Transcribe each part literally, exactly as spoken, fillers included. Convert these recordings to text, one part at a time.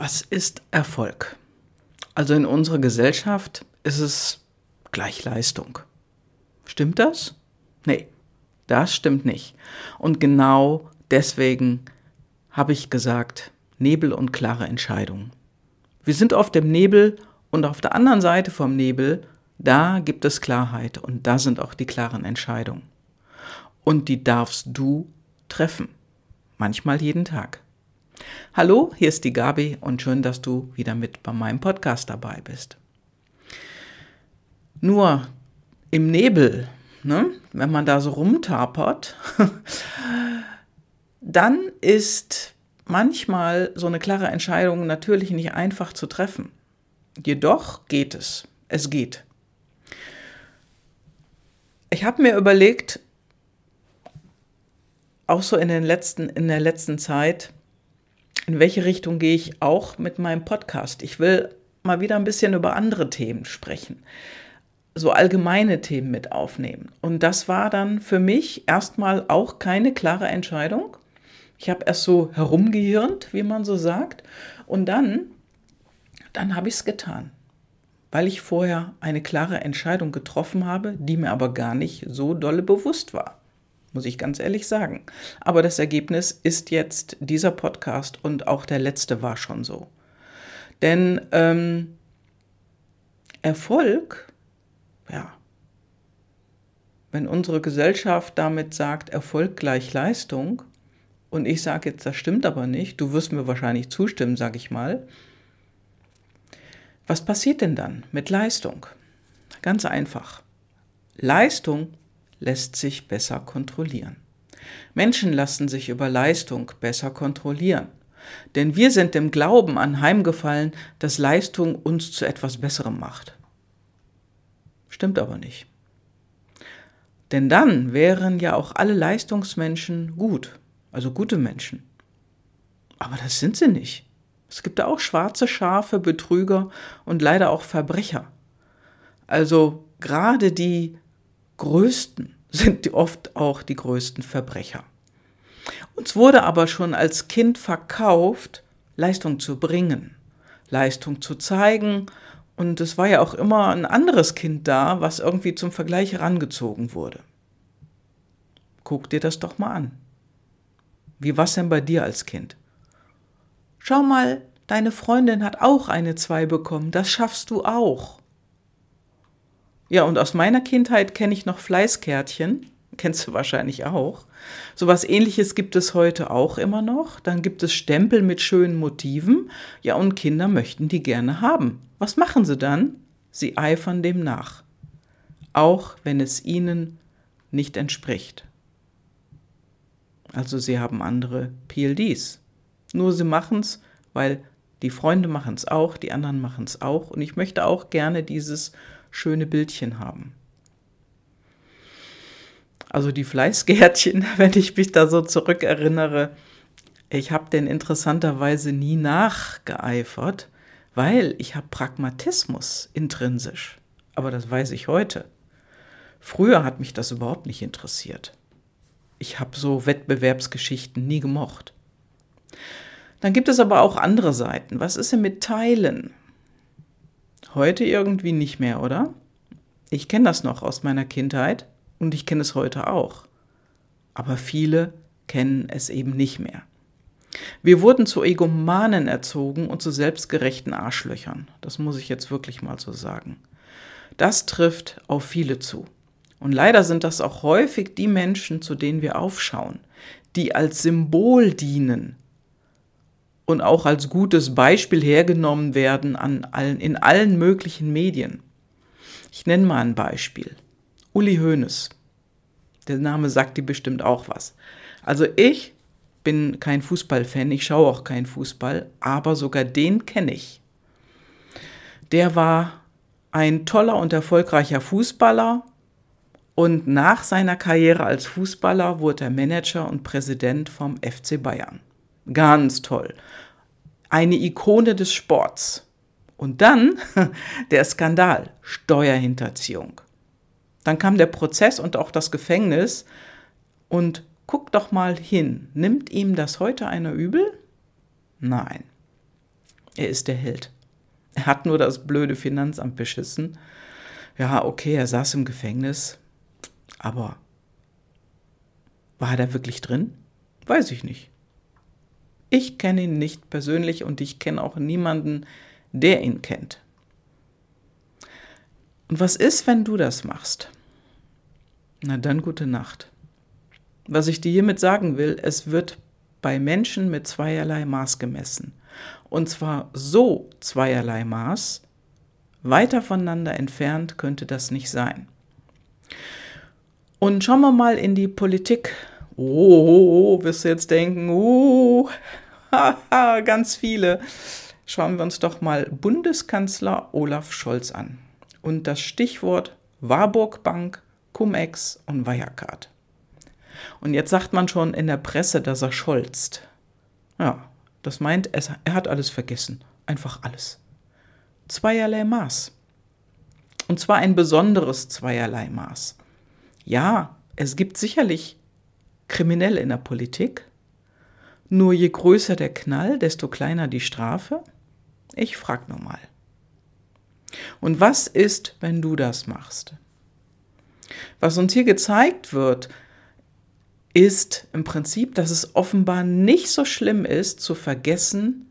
Was ist Erfolg? Also in unserer Gesellschaft ist es gleich Leistung. Stimmt das? Nee, das stimmt nicht. Und genau deswegen habe ich gesagt, Nebel und klare Entscheidungen. Wir sind auf dem Nebel und auf der anderen Seite vom Nebel, da gibt es Klarheit und da sind auch die klaren Entscheidungen. Und die darfst du treffen. Manchmal jeden Tag. Hallo, hier ist die Gabi und schön, dass du wieder mit bei meinem Podcast dabei bist. Nur im Nebel, ne, wenn man da so rumtapert, dann ist manchmal so eine klare Entscheidung natürlich nicht einfach zu treffen. Jedoch geht es. Es geht. Ich habe mir überlegt, auch so in den letzten, in der letzten Zeit, in welche Richtung gehe ich auch mit meinem Podcast? Ich will mal wieder ein bisschen über andere Themen sprechen, so allgemeine Themen mit aufnehmen. Und das war dann für mich erstmal auch keine klare Entscheidung. Ich habe erst so herumgehirnt, wie man so sagt. Und dann, dann habe ich es getan, weil ich vorher eine klare Entscheidung getroffen habe, die mir aber gar nicht so dolle bewusst war. Muss ich ganz ehrlich sagen. Aber das Ergebnis ist jetzt dieser Podcast und auch der letzte war schon so. Denn ähm, Erfolg, ja, wenn unsere Gesellschaft damit sagt, Erfolg gleich Leistung, und ich sage jetzt, das stimmt aber nicht, du wirst mir wahrscheinlich zustimmen, sage ich mal. Was passiert denn dann mit Leistung? Ganz einfach. Leistung lässt sich besser kontrollieren. Menschen lassen sich über Leistung besser kontrollieren. Denn wir sind dem Glauben anheimgefallen, dass Leistung uns zu etwas Besserem macht. Stimmt aber nicht. Denn dann wären ja auch alle Leistungsmenschen gut, also gute Menschen. Aber das sind sie nicht. Es gibt da auch schwarze Schafe, Betrüger und leider auch Verbrecher. Also gerade die Größten sind oft auch die größten Verbrecher. Uns wurde aber schon als Kind verkauft, Leistung zu bringen, Leistung zu zeigen. Und es war ja auch immer ein anderes Kind da, was irgendwie zum Vergleich herangezogen wurde. Guck dir das doch mal an. Wie war's denn bei dir als Kind? Schau mal, deine Freundin hat auch eine zwei bekommen, das schaffst du auch. Ja, und aus meiner Kindheit kenne ich noch Fleißkärtchen, kennst du wahrscheinlich auch. So was Ähnliches gibt es heute auch immer noch. Dann gibt es Stempel mit schönen Motiven. Ja, und Kinder möchten die gerne haben. Was machen sie dann? Sie eifern dem nach, auch wenn es ihnen nicht entspricht. Also sie haben andere P L Ds. Nur sie machen es, weil die Freunde machen es auch, die anderen machen es auch. Und ich möchte auch gerne dieses schöne Bildchen haben. Also die Fleißgärtchen, wenn ich mich da so zurückerinnere, ich habe den interessanterweise nie nachgeeifert, weil ich habe Pragmatismus intrinsisch. Aber das weiß ich heute. Früher hat mich das überhaupt nicht interessiert. Ich habe so Wettbewerbsgeschichten nie gemocht. Dann gibt es aber auch andere Seiten. Was ist denn mit Teilen? Heute irgendwie nicht mehr, oder? Ich kenne das noch aus meiner Kindheit und ich kenne es heute auch. Aber viele kennen es eben nicht mehr. Wir wurden zu Egomanen erzogen und zu selbstgerechten Arschlöchern. Das muss ich jetzt wirklich mal so sagen. Das trifft auf viele zu. Und leider sind das auch häufig die Menschen, zu denen wir aufschauen, die als Symbol dienen und auch als gutes Beispiel hergenommen werden an allen, in allen möglichen Medien. Ich nenne mal ein Beispiel. Uli Hoeneß. Der Name sagt dir bestimmt auch was. Also ich bin kein Fußballfan, ich schaue auch keinen Fußball, aber sogar den kenne ich. Der war ein toller und erfolgreicher Fußballer und nach seiner Karriere als Fußballer wurde er Manager und Präsident vom F C Bayern. Ganz toll. Eine Ikone des Sports. Und dann der Skandal, Steuerhinterziehung. Dann kam der Prozess und auch das Gefängnis. Und guck doch mal hin, nimmt ihm das heute einer übel? Nein. Er ist der Held. Er hat nur das blöde Finanzamt beschissen. Ja, okay, er saß im Gefängnis, aber war er da wirklich drin? Weiß ich nicht. Ich kenne ihn nicht persönlich und ich kenne auch niemanden, der ihn kennt. Und was ist, wenn du das machst? Na dann gute Nacht. Was ich dir hiermit sagen will, es wird bei Menschen mit zweierlei Maß gemessen. Und zwar so zweierlei Maß, weiter voneinander entfernt könnte das nicht sein. Und schauen wir mal in die Politik. Oh, wirst du jetzt denken, oh, haha, ganz viele. Schauen wir uns doch mal Bundeskanzler Olaf Scholz an. Und das Stichwort Warburg Bank, Cum-Ex und Wirecard. Und jetzt sagt man schon in der Presse, dass er scholzt. Ja, das meint, er hat alles vergessen. Einfach alles. Zweierlei Maß. Und zwar ein besonderes zweierlei Maß. Ja, es gibt sicherlich Kriminelle in der Politik. Nur je größer der Knall, desto kleiner die Strafe. Ich frag nur mal. Und was ist, wenn du das machst? Was uns hier gezeigt wird, ist im Prinzip, dass es offenbar nicht so schlimm ist, zu vergessen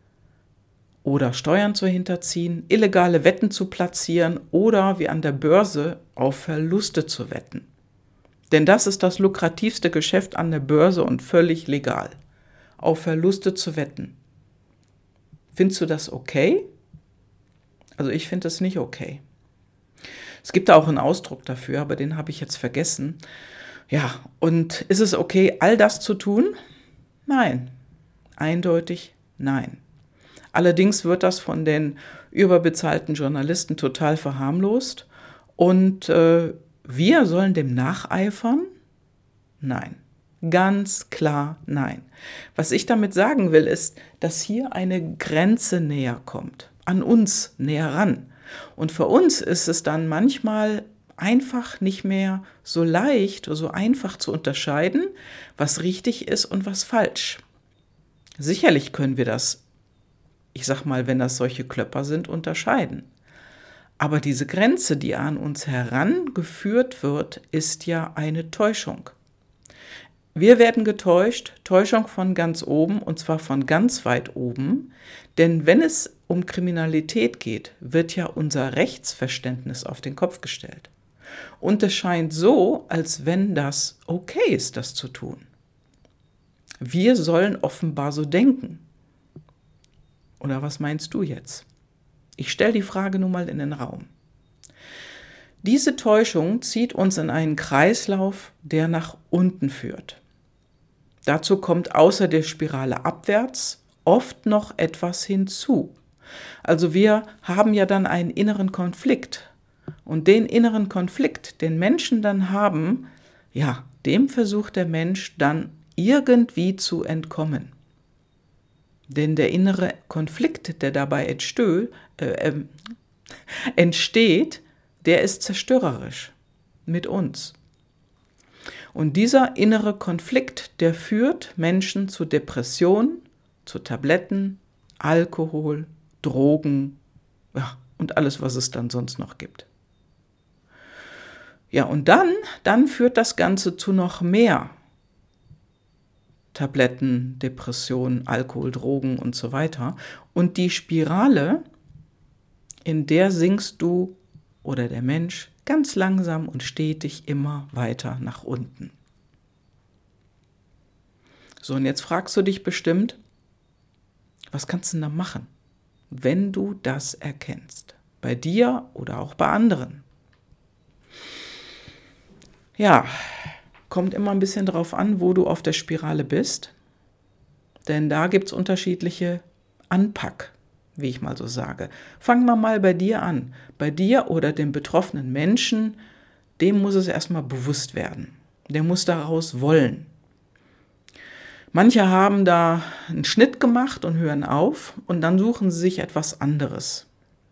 oder Steuern zu hinterziehen, illegale Wetten zu platzieren oder wie an der Börse auf Verluste zu wetten. Denn das ist das lukrativste Geschäft an der Börse und völlig legal, auf Verluste zu wetten. Findest du das okay? Also ich finde das nicht okay. Es gibt da auch einen Ausdruck dafür, aber den habe ich jetzt vergessen. Ja, und ist es okay, all das zu tun? Nein, eindeutig nein. Allerdings wird das von den überbezahlten Journalisten total verharmlost und äh, wir sollen dem nacheifern? Nein, ganz klar nein. Was ich damit sagen will, ist, dass hier eine Grenze näher kommt, an uns näher ran. Und für uns ist es dann manchmal einfach nicht mehr so leicht oder so einfach zu unterscheiden, was richtig ist und was falsch. Sicherlich können wir das, ich sag mal, wenn das solche Klöpper sind, unterscheiden. Aber diese Grenze, die an uns herangeführt wird, ist ja eine Täuschung. Wir werden getäuscht, Täuschung von ganz oben, und zwar von ganz weit oben, denn wenn es um Kriminalität geht, wird ja unser Rechtsverständnis auf den Kopf gestellt. Und es scheint so, als wenn das okay ist, das zu tun. Wir sollen offenbar so denken. Oder was meinst du jetzt? Ich stelle die Frage nun mal in den Raum. Diese Täuschung zieht uns in einen Kreislauf, der nach unten führt. Dazu kommt außer der Spirale abwärts oft noch etwas hinzu. Also wir haben ja dann einen inneren Konflikt. Und den inneren Konflikt, den Menschen dann haben, ja, dem versucht der Mensch dann irgendwie zu entkommen. Denn der innere Konflikt, der dabei entstö, äh, äh, entsteht, der ist zerstörerisch mit uns. Und dieser innere Konflikt, der führt Menschen zu Depressionen, zu Tabletten, Alkohol, Drogen, ja, und alles, was es dann sonst noch gibt. Ja, und dann, dann führt das Ganze zu noch mehr Tabletten, Depressionen, Alkohol, Drogen und so weiter. Und die Spirale, in der sinkst du oder der Mensch ganz langsam und stetig immer weiter nach unten. So, und jetzt fragst du dich bestimmt, was kannst du denn da machen, wenn du das erkennst? Bei dir oder auch bei anderen? Ja, kommt immer ein bisschen drauf an, wo du auf der Spirale bist. Denn da gibt es unterschiedliche Anpack, wie ich mal so sage. Fangen wir mal bei dir an. Bei dir oder dem betroffenen Menschen, dem muss es erstmal bewusst werden. Der muss daraus wollen. Manche haben da einen Schnitt gemacht und hören auf und dann suchen sie sich etwas anderes.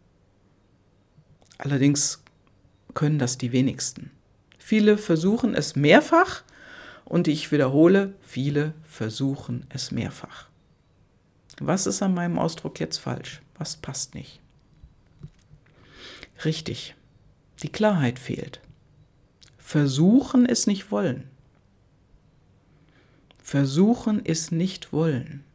Allerdings können das die wenigsten. Viele versuchen es mehrfach und ich wiederhole, viele versuchen es mehrfach. Was ist an meinem Ausdruck jetzt falsch? Was passt nicht? Richtig, die Klarheit fehlt. Versuchen ist nicht wollen. Versuchen ist nicht wollen.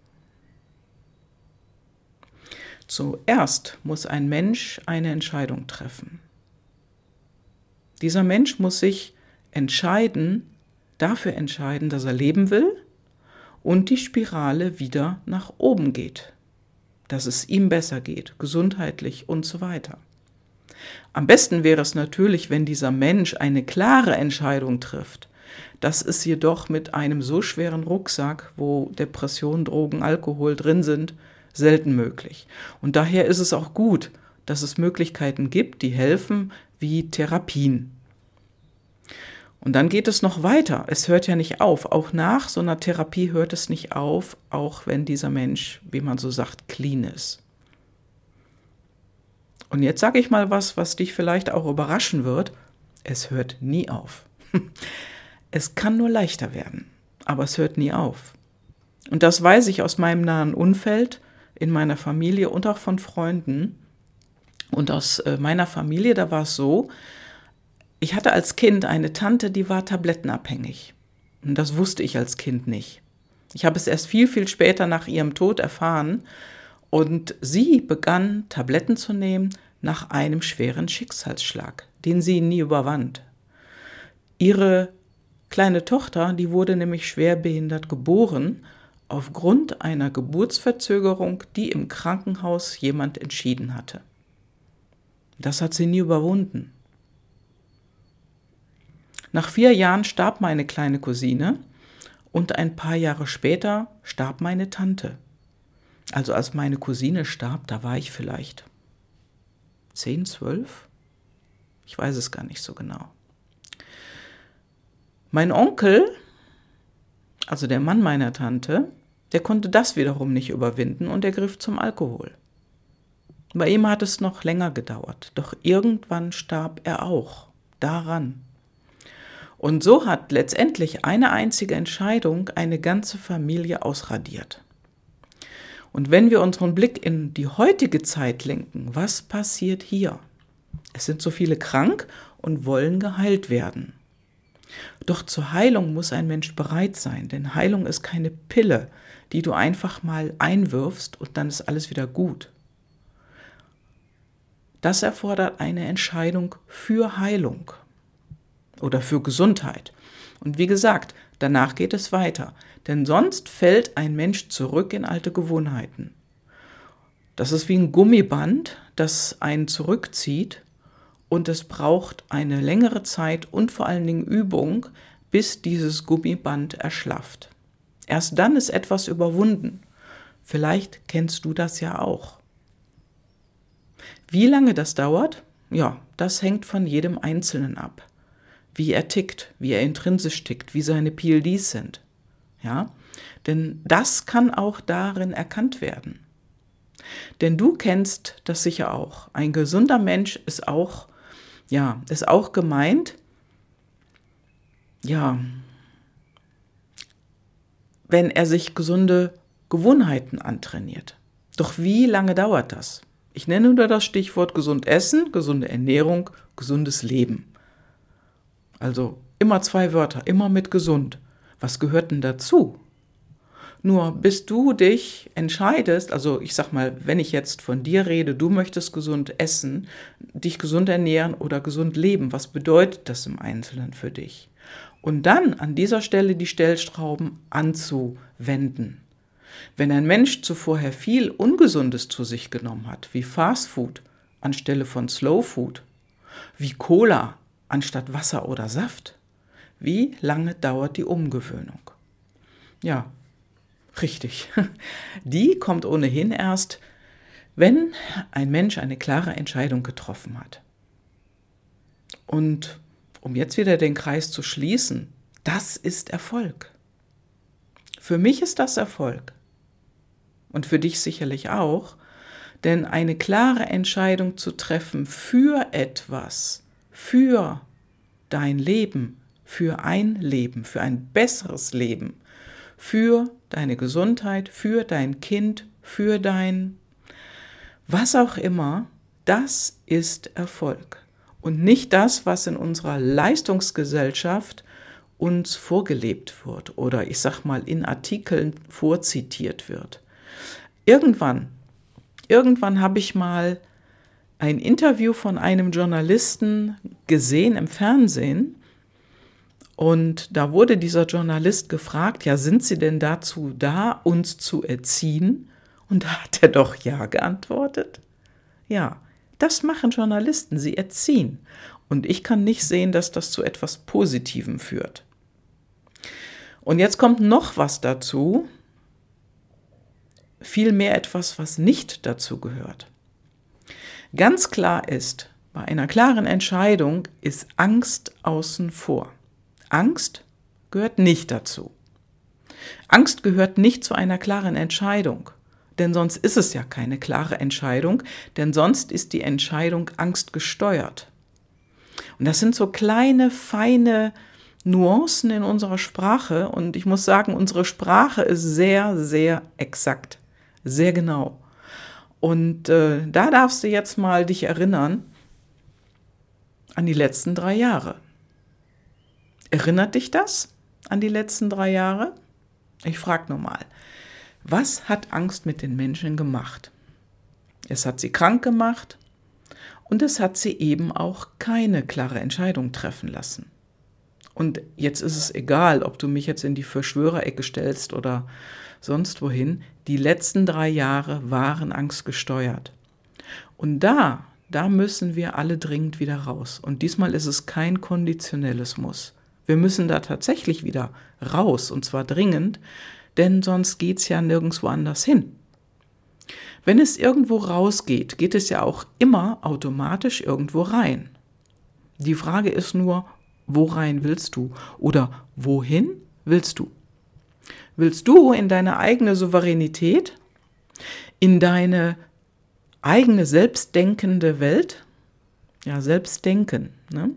Zuerst muss ein Mensch eine Entscheidung treffen. Dieser Mensch muss sich entscheiden, dafür entscheiden, dass er leben will und die Spirale wieder nach oben geht, dass es ihm besser geht, gesundheitlich und so weiter. Am besten wäre es natürlich, wenn dieser Mensch eine klare Entscheidung trifft. Das ist jedoch mit einem so schweren Rucksack, wo Depressionen, Drogen, Alkohol drin sind, selten möglich. Und daher ist es auch gut, dass es Möglichkeiten gibt, die helfen, wie Therapien. Und dann geht es noch weiter. Es hört ja nicht auf. Auch nach so einer Therapie hört es nicht auf, auch wenn dieser Mensch, wie man so sagt, clean ist. Und jetzt sage ich mal was, was dich vielleicht auch überraschen wird. Es hört nie auf. Es kann nur leichter werden, aber es hört nie auf. Und das weiß ich aus meinem nahen Umfeld, in meiner Familie und auch von Freunden. Und aus meiner Familie, da war es so, ich hatte als Kind eine Tante, die war tablettenabhängig. Und das wusste ich als Kind nicht. Ich habe es erst viel, viel später nach ihrem Tod erfahren. Und sie begann, Tabletten zu nehmen nach einem schweren Schicksalsschlag, den sie nie überwand. Ihre kleine Tochter, die wurde nämlich schwerbehindert geboren, aufgrund einer Geburtsverzögerung, die im Krankenhaus jemand entschieden hatte. Das hat sie nie überwunden. Nach vier Jahren starb meine kleine Cousine und ein paar Jahre später starb meine Tante. Also als meine Cousine starb, da war ich vielleicht zehn, zwölf? Ich weiß es gar nicht so genau. Mein Onkel, also der Mann meiner Tante, der konnte das wiederum nicht überwinden und er griff zum Alkohol. Bei ihm hat es noch länger gedauert, doch irgendwann starb er auch daran. Und so hat letztendlich eine einzige Entscheidung eine ganze Familie ausradiert. Und wenn wir unseren Blick in die heutige Zeit lenken, was passiert hier? Es sind so viele krank und wollen geheilt werden. Doch zur Heilung muss ein Mensch bereit sein, denn Heilung ist keine Pille, die du einfach mal einwirfst und dann ist alles wieder gut. Das erfordert eine Entscheidung für Heilung oder für Gesundheit. Und wie gesagt, danach geht es weiter, denn sonst fällt ein Mensch zurück in alte Gewohnheiten. Das ist wie ein Gummiband, das einen zurückzieht und es braucht eine längere Zeit und vor allen Dingen Übung, bis dieses Gummiband erschlafft. Erst dann ist etwas überwunden. Vielleicht kennst du das ja auch. Wie lange das dauert? Ja, das hängt von jedem Einzelnen ab. Wie er tickt, wie er intrinsisch tickt, wie seine P L Ds sind. Ja? Denn das kann auch darin erkannt werden. Denn du kennst das sicher auch. Ein gesunder Mensch ist auch, ja, ist auch gemeint, ja, wenn er sich gesunde Gewohnheiten antrainiert. Doch wie lange dauert das? Ich nenne nur das Stichwort gesund essen, gesunde Ernährung, gesundes Leben. Also immer zwei Wörter, immer mit gesund. Was gehört denn dazu? Nur bis du dich entscheidest, also ich sag mal, wenn ich jetzt von dir rede, du möchtest gesund essen, dich gesund ernähren oder gesund leben, was bedeutet das im Einzelnen für dich? Und dann an dieser Stelle die Stellschrauben anzuwenden. Wenn ein Mensch zuvorher viel Ungesundes zu sich genommen hat, wie Fastfood anstelle von Slow Food, wie Cola anstatt Wasser oder Saft, wie lange dauert die Umgewöhnung? Ja, richtig. Die kommt ohnehin erst, wenn ein Mensch eine klare Entscheidung getroffen hat. Und um jetzt wieder den Kreis zu schließen, das ist Erfolg. Für mich ist das Erfolg. Und für dich sicherlich auch, denn eine klare Entscheidung zu treffen für etwas, für dein Leben, für ein Leben, für ein besseres Leben, für deine Gesundheit, für dein Kind, für dein was auch immer, das ist Erfolg. Und nicht das, was in unserer Leistungsgesellschaft uns vorgelebt wird oder ich sag mal in Artikeln vorzitiert wird. Irgendwann, irgendwann habe ich mal ein Interview von einem Journalisten gesehen im Fernsehen und da wurde dieser Journalist gefragt, ja, sind Sie denn dazu da, uns zu erziehen? Und da hat er doch ja geantwortet. Ja, das machen Journalisten, sie erziehen. Und ich kann nicht sehen, dass das zu etwas Positivem führt. Und jetzt kommt noch was dazu, vielmehr etwas, was nicht dazu gehört. Ganz klar ist, bei einer klaren Entscheidung ist Angst außen vor. Angst gehört nicht dazu. Angst gehört nicht zu einer klaren Entscheidung. Denn sonst ist es ja keine klare Entscheidung, denn sonst ist die Entscheidung angstgesteuert. Und das sind so kleine, feine Nuancen in unserer Sprache und ich muss sagen, unsere Sprache ist sehr, sehr exakt, sehr genau. Und äh, da darfst du jetzt mal dich erinnern an die letzten drei Jahre. Erinnert dich das an die letzten drei Jahre? Ich frage nochmal. Was hat Angst mit den Menschen gemacht? Es hat sie krank gemacht und es hat sie eben auch keine klare Entscheidung treffen lassen. Und jetzt ist es egal, ob du mich jetzt in die Verschwörerecke stellst oder sonst wohin. Die letzten drei Jahre waren angstgesteuert. Und da, da müssen wir alle dringend wieder raus. Und diesmal ist es kein konditionelles Muss. Wir müssen da tatsächlich wieder raus und zwar dringend, denn sonst geht es ja nirgendwo anders hin. Wenn es irgendwo rausgeht, geht es ja auch immer automatisch irgendwo rein. Die Frage ist nur, wo rein willst du oder wohin willst du? Willst du in deine eigene Souveränität, in deine eigene selbstdenkende Welt? Ja, Selbstdenken, ne?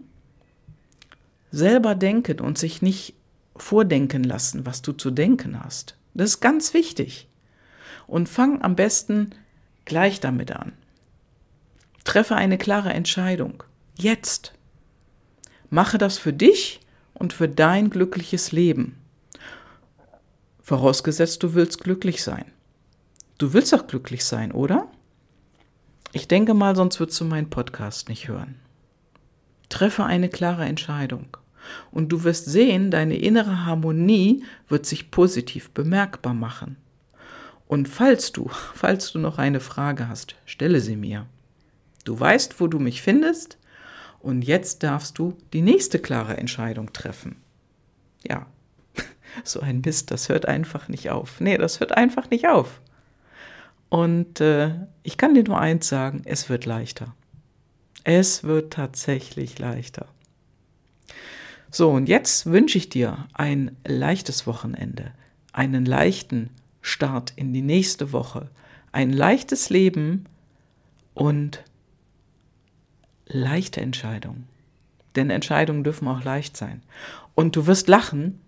Selber denken und sich nicht vordenken lassen, was du zu denken hast. Das ist ganz wichtig. Und fang am besten gleich damit an. Treffe eine klare Entscheidung. Jetzt. Mache das für dich und für dein glückliches Leben. Vorausgesetzt, du willst glücklich sein. Du willst doch glücklich sein, oder? Ich denke mal, sonst würdest du meinen Podcast nicht hören. Treffe eine klare Entscheidung. Und du wirst sehen, deine innere Harmonie wird sich positiv bemerkbar machen. Und falls du, falls du noch eine Frage hast, stelle sie mir. Du weißt, wo du mich findest und jetzt darfst du die nächste klare Entscheidung treffen. Ja, so ein Mist, das hört einfach nicht auf. Nee, das hört einfach nicht auf. Und äh, ich kann dir nur eins sagen, es wird leichter. Es wird tatsächlich leichter. So, und jetzt wünsche ich dir ein leichtes Wochenende, einen leichten Start in die nächste Woche, ein leichtes Leben und leichte Entscheidungen. Denn Entscheidungen dürfen auch leicht sein. Und du wirst lachen,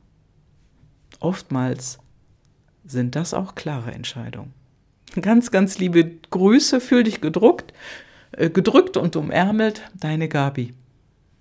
oftmals sind das auch klare Entscheidungen. Ganz, ganz liebe Grüße, fühl dich gedruckt, äh, gedrückt und umärmelt, deine Gabi.